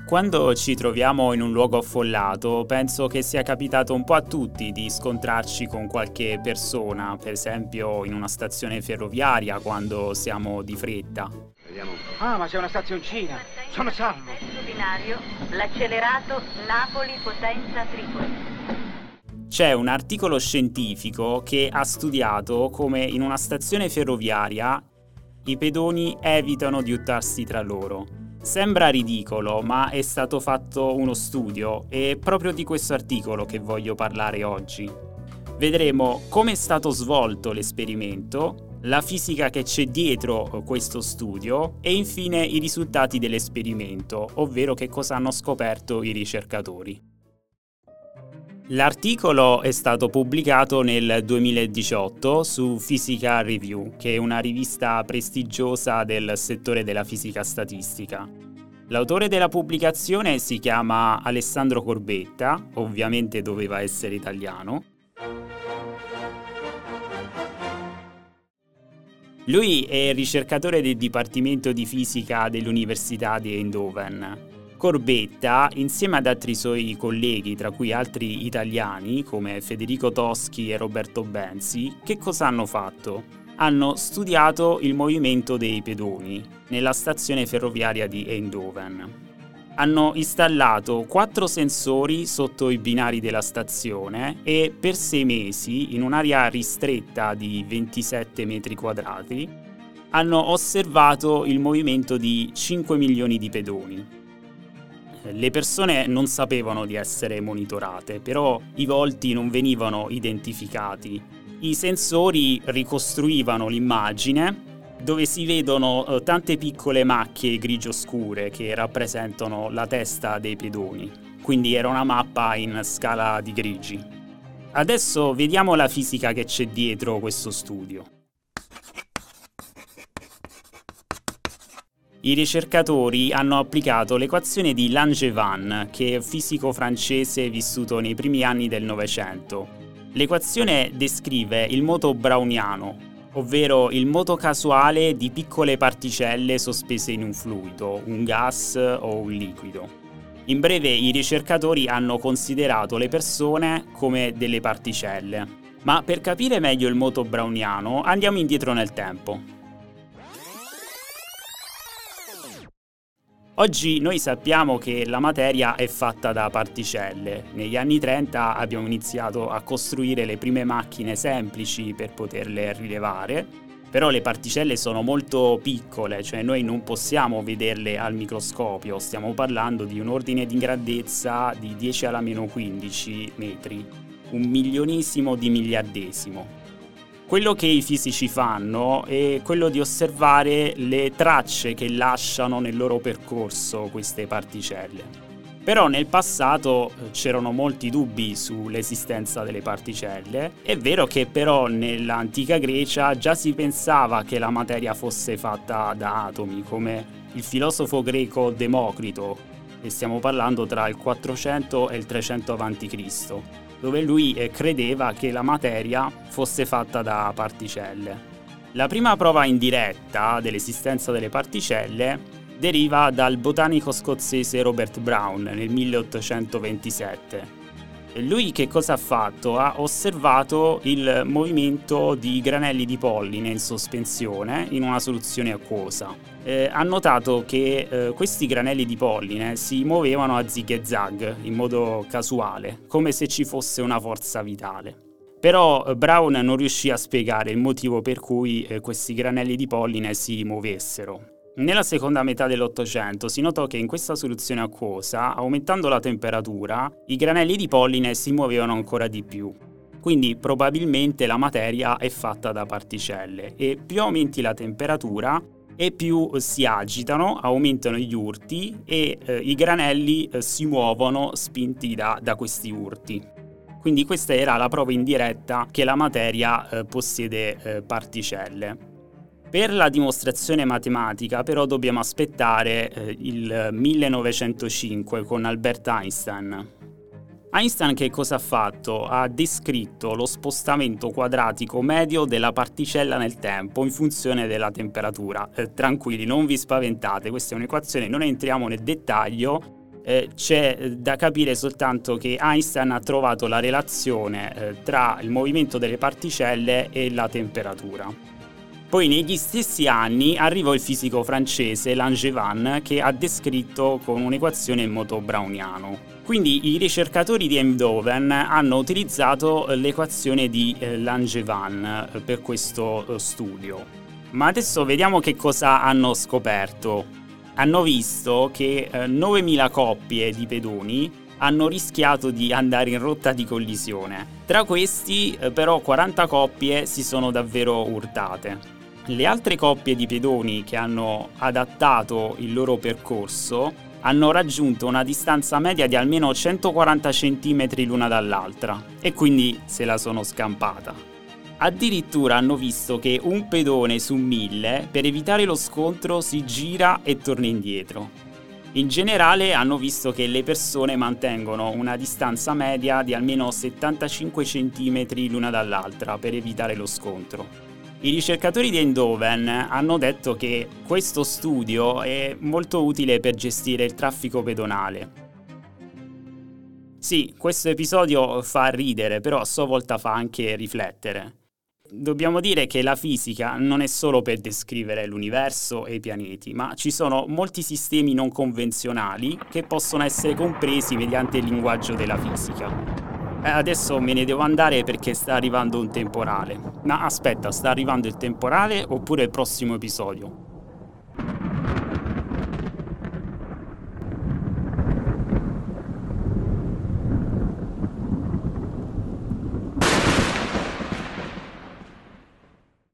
Quando ci troviamo in un luogo affollato, penso che sia capitato un po' a tutti di scontrarci con qualche persona, per esempio in una stazione ferroviaria quando siamo di fretta. Vediamo un po'. Ah, ma c'è una stazioncina! Sono salvo! Binario, l'accelerato Napoli-Potenza-Tripoli. C'è un articolo scientifico che ha studiato come in una stazione ferroviaria i pedoni evitano di urtarsi tra loro. Sembra ridicolo, ma è stato fatto uno studio e è proprio di questo articolo che voglio parlare oggi. Vedremo come è stato svolto l'esperimento, la fisica che c'è dietro questo studio e infine i risultati dell'esperimento, ovvero che cosa hanno scoperto i ricercatori. L'articolo è stato pubblicato nel 2018 su Physical Review, che è una rivista prestigiosa del settore della fisica statistica. L'autore della pubblicazione si chiama Alessandro Corbetta, ovviamente doveva essere italiano. Lui è ricercatore del Dipartimento di Fisica dell'Università di Eindhoven. Corbetta, insieme ad altri suoi colleghi, tra cui altri italiani come Federico Toschi e Roberto Benzi, che cosa hanno fatto? Hanno studiato il movimento dei pedoni nella stazione ferroviaria di Eindhoven. Hanno installato 4 sensori sotto i binari della stazione e per 6 mesi, in un'area ristretta di 27 metri quadrati, hanno osservato il movimento di 5 milioni di pedoni. Le persone non sapevano di essere monitorate, però i volti non venivano identificati. I sensori ricostruivano l'immagine dove si vedono tante piccole macchie grigio scure che rappresentano la testa dei pedoni. Quindi era una mappa in scala di grigi. Adesso vediamo la fisica che c'è dietro questo studio. I ricercatori hanno applicato l'equazione di Langevin, che è un fisico francese vissuto nei primi anni del Novecento. L'equazione descrive il moto browniano, ovvero il moto casuale di piccole particelle sospese in un fluido, un gas o un liquido. In breve, i ricercatori hanno considerato le persone come delle particelle. Ma per capire meglio il moto browniano, andiamo indietro nel tempo. Oggi noi sappiamo che la materia è fatta da particelle. Negli anni 30 abbiamo iniziato a costruire le prime macchine semplici per poterle rilevare, però le particelle sono molto piccole, cioè noi non possiamo vederle al microscopio, stiamo parlando di un ordine di grandezza di 10 alla meno 15 metri, un milionesimo di miliardesimo. Quello che i fisici fanno è quello di osservare le tracce che lasciano nel loro percorso queste particelle. Però nel passato c'erano molti dubbi sull'esistenza delle particelle. È vero che però nell'antica Grecia già si pensava che la materia fosse fatta da atomi, come il filosofo greco Democrito, e stiamo parlando tra il 400 e il 300 a.C., dove lui credeva che la materia fosse fatta da particelle. La prima prova indiretta dell'esistenza delle particelle deriva dal botanico scozzese Robert Brown nel 1827. Lui che cosa ha fatto? Ha osservato il movimento di granelli di polline in sospensione in una soluzione acquosa. Ha notato che questi granelli di polline si muovevano a zig e zag in modo casuale, come se ci fosse una forza vitale. Però Brown non riuscì a spiegare il motivo per cui questi granelli di polline si muovessero. Nella seconda metà dell'Ottocento si notò che in questa soluzione acquosa, aumentando la temperatura, i granelli di polline si muovevano ancora di più. Quindi probabilmente la materia è fatta da particelle e più aumenti la temperatura e più si agitano, aumentano gli urti e i granelli si muovono spinti da questi urti. Quindi questa era la prova indiretta che la materia possiede particelle. Per la dimostrazione matematica però dobbiamo aspettare il 1905 con Albert Einstein. Einstein che cosa ha fatto? Ha descritto lo spostamento quadratico medio della particella nel tempo in funzione della temperatura. Tranquilli, non vi spaventate, questa è un'equazione, non entriamo nel dettaglio, c'è da capire soltanto che Einstein ha trovato la relazione tra il movimento delle particelle e la temperatura. Poi negli stessi anni arrivò il fisico francese Langevin, che ha descritto con un'equazione il moto browniano. Quindi i ricercatori di Eindhoven hanno utilizzato l'equazione di Langevin per questo studio. Ma adesso vediamo che cosa hanno scoperto. Hanno visto che 9.000 coppie di pedoni hanno rischiato di andare in rotta di collisione. Tra questi però 40 coppie si sono davvero urtate. Le altre coppie di pedoni che hanno adattato il loro percorso hanno raggiunto una distanza media di almeno 140 cm l'una dall'altra e quindi se la sono scampata. Addirittura hanno visto che un pedone su 1000 per evitare lo scontro si gira e torna indietro. In generale hanno visto che le persone mantengono una distanza media di almeno 75 cm l'una dall'altra per evitare lo scontro. I ricercatori di Eindhoven hanno detto che questo studio è molto utile per gestire il traffico pedonale. Sì, questo episodio fa ridere, però a sua volta fa anche riflettere. Dobbiamo dire che la fisica non è solo per descrivere l'universo e i pianeti, ma ci sono molti sistemi non convenzionali che possono essere compresi mediante il linguaggio della fisica. Adesso me ne devo andare perché sta arrivando un temporale. Ma aspetta, sta arrivando il temporale oppure il prossimo episodio?